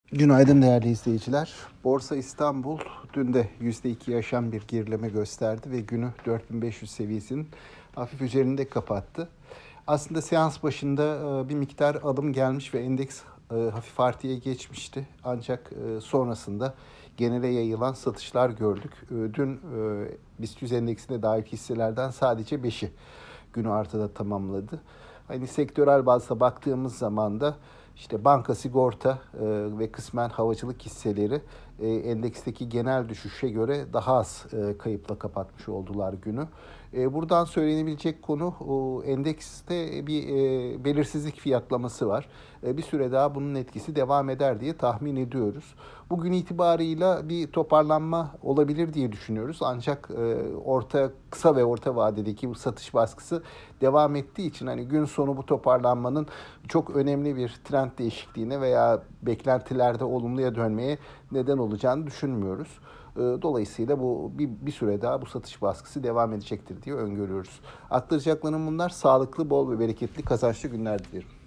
Günaydın değerli izleyiciler. Borsa İstanbul dün de %2 aşan bir gerileme gösterdi ve günü 4500 seviyesinin hafif üzerinde kapattı. Aslında seans başında bir miktar alım gelmiş ve endeks hafif artıya geçmişti. Ancak sonrasında genele yayılan satışlar gördük. Dün BIST 100 endeksine dair hisselerden sadece 5'i günü artıda tamamladı. Hani sektörel bazda baktığımız zaman da işte banka, sigorta ve kısmen havacılık hisseleri endeksteki genel düşüşe göre daha az kayıpla kapatmış oldular günü. Buradan söylenebilecek konu endekste bir belirsizlik fiyatlaması var. Bir süre daha bunun etkisi devam eder diye tahmin ediyoruz. Bugün itibarıyla bir toparlanma olabilir diye düşünüyoruz. Ancak kısa ve orta vadedeki bu satış baskısı devam ettiği için hani gün sonu bu toparlanmanın çok önemli bir trend değişikliğine veya beklentilerde olumluya dönmeye neden olacağını düşünmüyoruz. Dolayısıyla bu bir süre daha bu satış baskısı devam edecektir diye öngörüyoruz. Aktaracaklarım bunlar. Sağlıklı, bol ve bereketli, kazançlı günler dilerim.